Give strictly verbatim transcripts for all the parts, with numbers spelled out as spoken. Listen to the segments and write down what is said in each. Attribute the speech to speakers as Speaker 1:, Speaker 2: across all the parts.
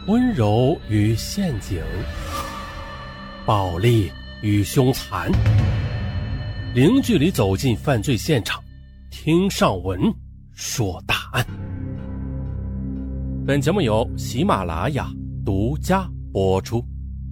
Speaker 1: 温柔与陷阱，暴力与凶残，零距离走进犯罪现场，听上文说大案。本节目由喜马拉雅独家播出。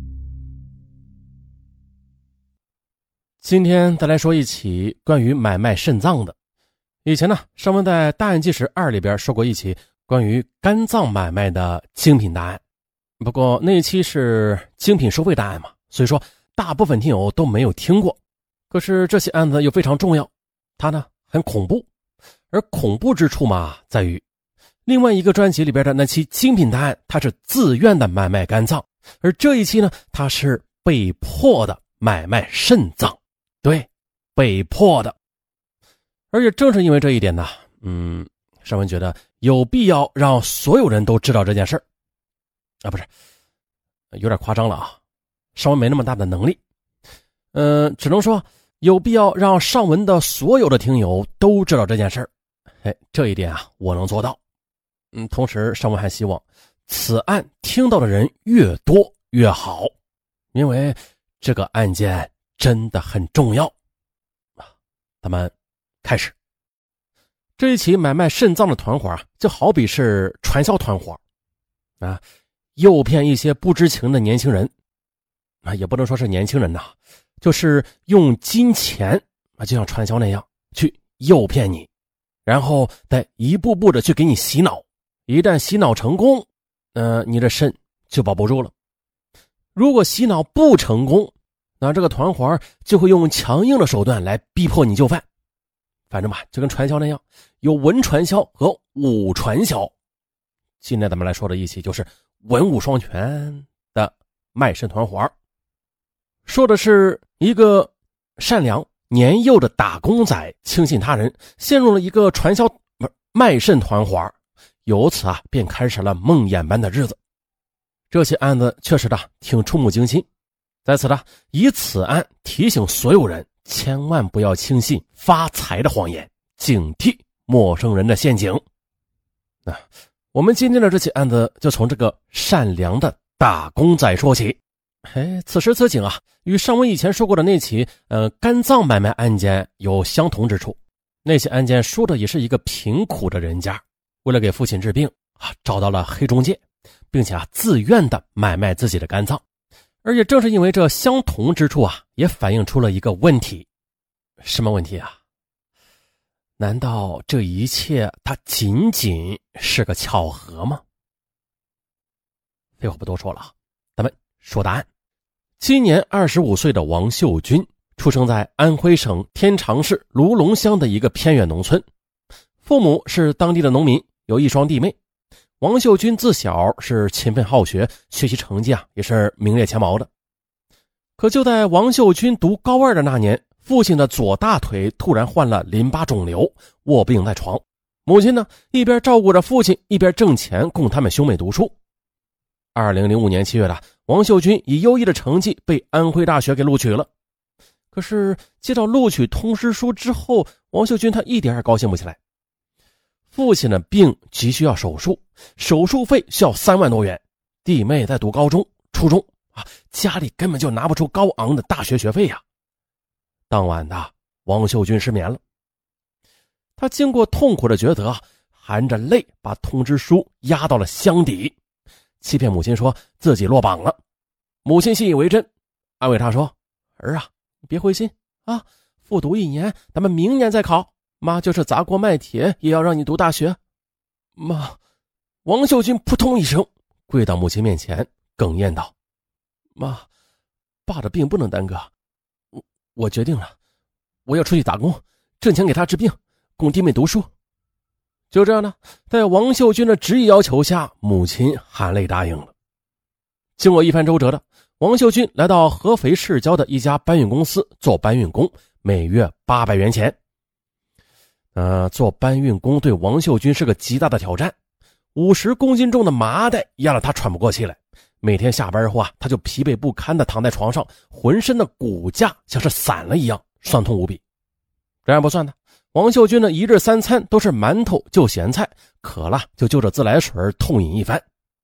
Speaker 1: 今天再来说一起关于买卖肾脏的。以前呢，上文在大案纪实二里边说过一起关于肝脏买卖的精品大案，不过那一期是精品收费大案嘛，所以说大部分听友都没有听过。可是这起案子又非常重要，它呢很恐怖，而恐怖之处嘛，在于另外一个专辑里边的那期精品大案，它是自愿的买卖肝脏，而这一期呢，它是被迫的买卖肾脏。对，被迫的。而且正是因为这一点呢，嗯，上文觉得有必要让所有人都知道这件事儿啊，不是，有点夸张了啊，上文没那么大的能力，嗯、呃，只能说有必要让上文的所有的听友都知道这件事儿。哎，这一点啊，我能做到。嗯，同时上文还希望此案听到的人越多越好，因为这个案件真的很重要。咱们开始。这一起买卖肾脏的团伙啊，就好比是传销团伙啊，诱骗一些不知情的年轻人啊，也不能说是年轻人呐、啊，就是用金钱啊，就像传销那样去诱骗你，然后再一步步的去给你洗脑。一旦洗脑成功，呃，你的肾就保不住了。如果洗脑不成功，那这个团伙就会用强硬的手段来逼迫你就范。反正吧，就跟传销那样，有文传销和武传销。今天咱们来说的一起就是文武双全的卖肾团伙。说的是一个善良年幼的打工仔轻信他人，陷入了一个传销不是卖肾团伙，由此啊便开始了梦魇般的日子。这起案子确实的挺触目惊心，在此呢，以此案提醒所有人千万不要轻信发财的谎言，警惕陌生人的陷阱。那我们今天的这起案子就从这个善良的打工仔说起。哎，此时此景啊，与上文以前说过的那起呃肝脏买卖案件有相同之处。那起案件说的也是一个贫苦的人家，为了给父亲治病啊，找到了黑中介，并且啊自愿的买卖自己的肝脏。而且正是因为这相同之处啊，也反映出了一个问题。什么问题啊？难道这一切它仅仅是个巧合吗？废话不多说了，咱们说答案。今年二十五岁的王秀军出生在安徽省天长市卢龙乡的一个偏远农村，父母是当地的农民，有一双弟妹。王秀军自小是勤奋好学，学习成绩啊也是名列前茅的。可就在王秀军读高二的那年，父亲的左大腿突然患了淋巴肿瘤，卧病在床。母亲呢，一边照顾着父亲，一边挣钱供他们兄妹读书。二零零五年七月的，王秀军以优异的成绩被安徽大学给录取了。可是接到录取通知书之后，王秀军他一点也高兴不起来。父亲的病急需要手术，手术费需要三万多元，弟妹在读高中、初中啊，家里根本就拿不出高昂的大学学费呀、啊。当晚的王秀军失眠了，他经过痛苦的抉择，含着泪把通知书压到了箱底，欺骗母亲说自己落榜了。母亲信以为真，安慰他说：“儿啊，你别灰心啊，复读一年，咱们明年再考。妈就是砸锅卖铁也要让你读大学。”妈，王秀军扑通一声跪到母亲面前，哽咽道：“妈，爸的病不能耽搁，我我决定了，我要出去打工，挣钱给他治病，供弟妹读书。”就这样呢，在王秀军的执意要求下，母亲含泪答应了。经过一番周折的，王秀军来到合肥市郊的一家搬运公司做搬运工，每月八百元钱。呃，做搬运工对王秀军是个极大的挑战，五十公斤重的麻袋压得他喘不过气来。每天下班后啊，他就疲惫不堪地躺在床上，浑身的骨架像是散了一样，酸痛无比。这样不算的，王秀军的一日三餐都是馒头就咸菜，渴了就就着自来水痛饮一番。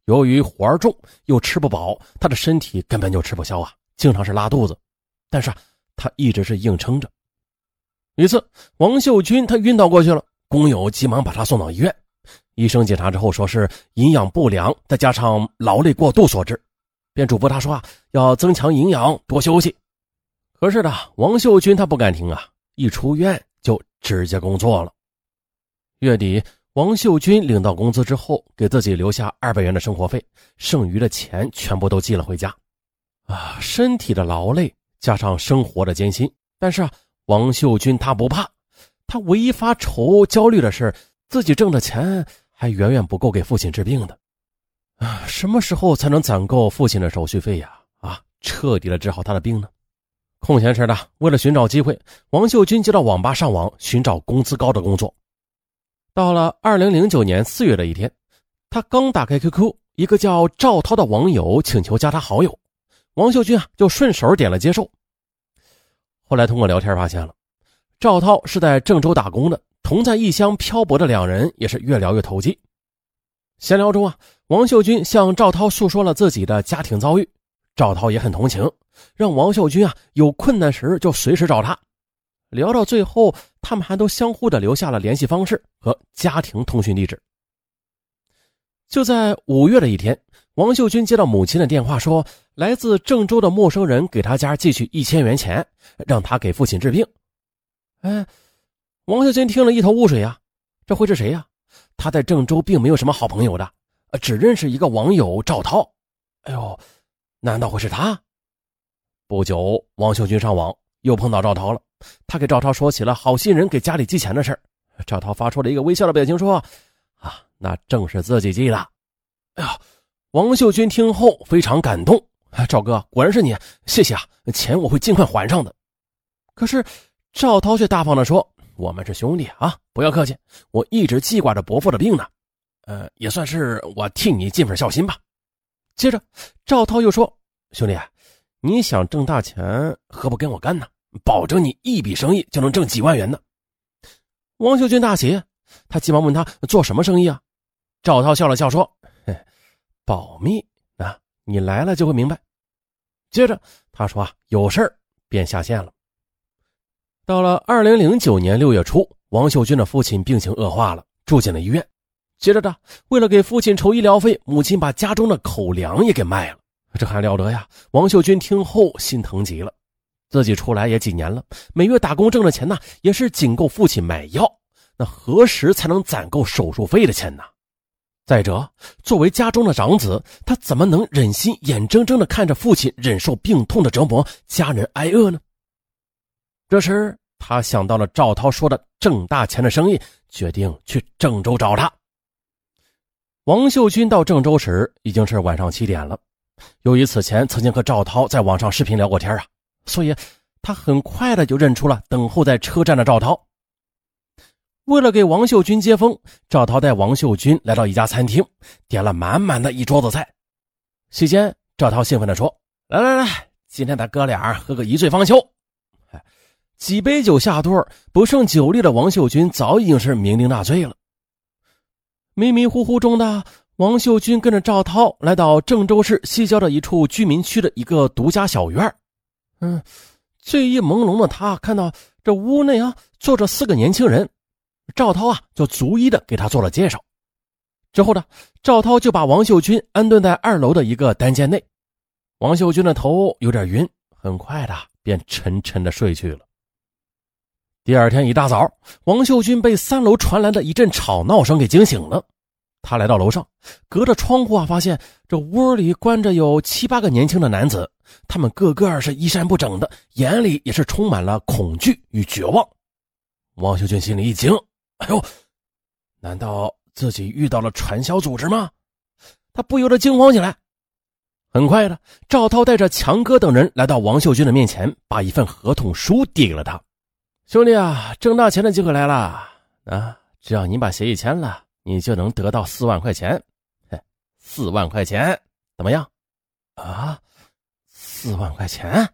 Speaker 1: 由于活儿重又吃不饱，他的身体根本就吃不消啊，经常是拉肚子。但是啊，他一直是硬撑着。一次，王秀军他晕倒过去了，工友急忙把他送到医院。医生检查之后说是营养不良，再加上劳累过度所致，便嘱咐他说啊，要增强营养，多休息。可是呢，王秀军他不敢停啊，一出院就直接工作了。月底，王秀军领到工资之后，给自己留下二百元的生活费，剩余的钱全部都寄了回家。啊，身体的劳累加上生活的艰辛，但是啊，王秀军他不怕，他唯一发愁焦虑的是自己挣的钱还远远不够给父亲治病的。啊，什么时候才能攒够父亲的手续费呀？啊，彻底的治好他的病呢？空闲时的，为了寻找机会，王秀军就到网吧上网寻找工资高的工作。到了二零零九年四月的一天，他刚打开 Q Q， 一个叫赵涛的网友请求加他好友，王秀军啊就顺手点了接受。后来通过聊天发现了，赵涛是在郑州打工的，同在异乡漂泊的两人也是越聊越投机。闲聊中啊，王秀军向赵涛诉说了自己的家庭遭遇，赵涛也很同情，让王秀军啊有困难时就随时找他。聊到最后，他们还都相互的留下了联系方式和家庭通讯地址。就在五月的一天，王秀军接到母亲的电话说，来自郑州的陌生人给他家寄去一千元钱，让他给父亲治病。哎，王秀军听了一头雾水啊，这会是谁呀？他在郑州并没有什么好朋友的，只认识一个网友赵涛。哎呦，难道会是他？不久，王秀军上网又碰到赵涛了，他给赵涛说起了好心人给家里寄钱的事儿。赵涛发出了一个微笑的表情说，啊，那正是自己寄的。哎呀，王秀军听后非常感动，赵哥果然是你，谢谢啊，钱我会尽快还上的。可是赵涛却大方地说，我们是兄弟啊，不要客气，我一直记挂着伯父的病呢，呃，也算是我替你尽份孝心吧。接着赵涛又说，兄弟，你想挣大钱何不跟我干呢？保证你一笔生意就能挣几万元呢。王秀军大喜，他急忙问他做什么生意啊？赵涛笑了笑说，嘿，保密啊，你来了就会明白。接着他说啊，有事儿便下线了。到了二零零九年六月初，王秀军的父亲病情恶化了，住进了医院。接着的，为了给父亲筹医疗费，母亲把家中的口粮也给卖了。这还了得呀！王秀军听后心疼极了，自己出来也几年了，每月打工挣的钱呢，也是仅够父亲买药，那何时才能攒够手术费的钱呢？再者，作为家中的长子，他怎么能忍心眼睁睁地看着父亲忍受病痛的折磨，家人挨饿呢？这时他想到了赵涛说的挣大钱的生意，决定去郑州找他。王秀军到郑州时已经是晚上七点了，由于此前曾经和赵涛在网上视频聊过天啊，所以他很快的就认出了等候在车站的赵涛。为了给王秀军接风，赵涛带王秀军来到一家餐厅，点了满满的一桌子菜。席间赵涛兴奋地说，来来来，今天咱哥俩喝个一醉方休。几杯酒下肚，不胜酒力的王秀军早已经是酩酊大醉了。迷迷糊糊中的王秀军跟着赵涛来到郑州市西郊的一处居民区的一个独家小院。嗯，醉意朦胧的他看到这屋内啊坐着四个年轻人，赵涛啊就逐一的给他做了介绍。之后呢，赵涛就把王秀军安顿在二楼的一个单间内。王秀军的头有点晕，很快的便沉沉的睡去了。第二天一大早，王秀军被三楼传来的一阵吵闹声给惊醒了。他来到楼上，隔着窗户啊，发现这屋里关着有七八个年轻的男子，他们个个是衣衫不整的，眼里也是充满了恐惧与绝望。王秀军心里一惊，哎呦，难道自己遇到了传销组织吗？他不由得惊慌起来。很快的，赵涛带着强哥等人来到王秀军的面前，把一份合同书递给了他。兄弟啊，挣大钱的机会来了啊！只要你把协议签了，你就能得到四万块钱。嘿，四万块钱怎么样？啊，四万块钱，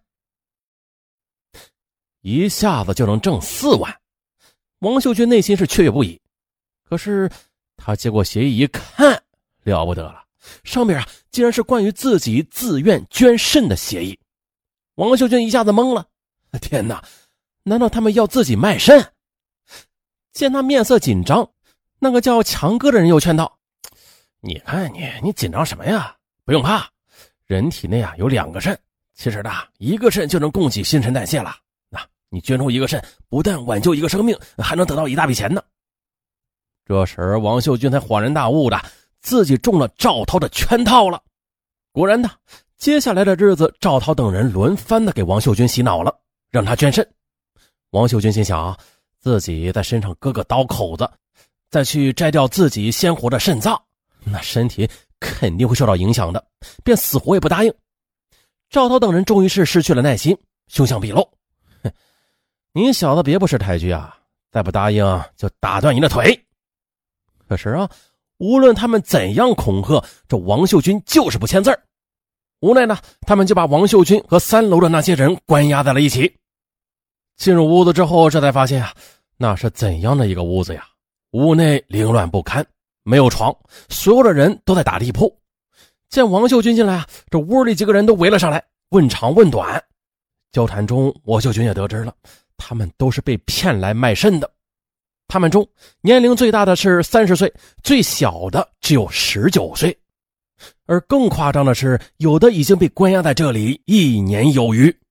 Speaker 1: 一下子就能挣四万。王秀军内心是雀跃不已。可是他接过协议一看，了不得了， 上面啊竟然是关于自己自愿捐肾的协议。王秀军一下子懵了，天哪，难道他们要自己卖肾？见他面色紧张，那个叫强哥的人又劝道：你看你你紧张什么呀，不用怕，人体内啊有两个肾，其实呢一个肾就能供给新陈代谢了，那你捐出一个肾，不但挽救一个生命，还能得到一大笔钱呢。这时王秀军才恍然大悟的，自己中了赵涛的圈套了。果然的，接下来的日子赵涛等人轮番的给王秀军洗脑了，让他捐肾。王秀军心想啊，自己在身上割个刀口子，再去摘掉自己鲜活的肾脏，那身体肯定会受到影响的，便死活也不答应。赵涛等人终于是失去了耐心，凶相毕露，哼，你小子别不识抬举啊，再不答应就打断你的腿。可是啊，无论他们怎样恐吓，这王秀军就是不签字儿。无奈呢，他们就把王秀军和三楼的那些人关押在了一起。进入屋子之后，这才发现啊，那是怎样的一个屋子呀？屋内凌乱不堪，没有床，所有的人都在打地铺。见王秀军进来啊，这屋里几个人都围了上来，问长问短。交谈中，王秀军也得知了，他们都是被骗来卖肾的。他们中年龄最大的是三十岁，最小的只有十九岁。而更夸张的是，有的已经被关押在这里一年有余。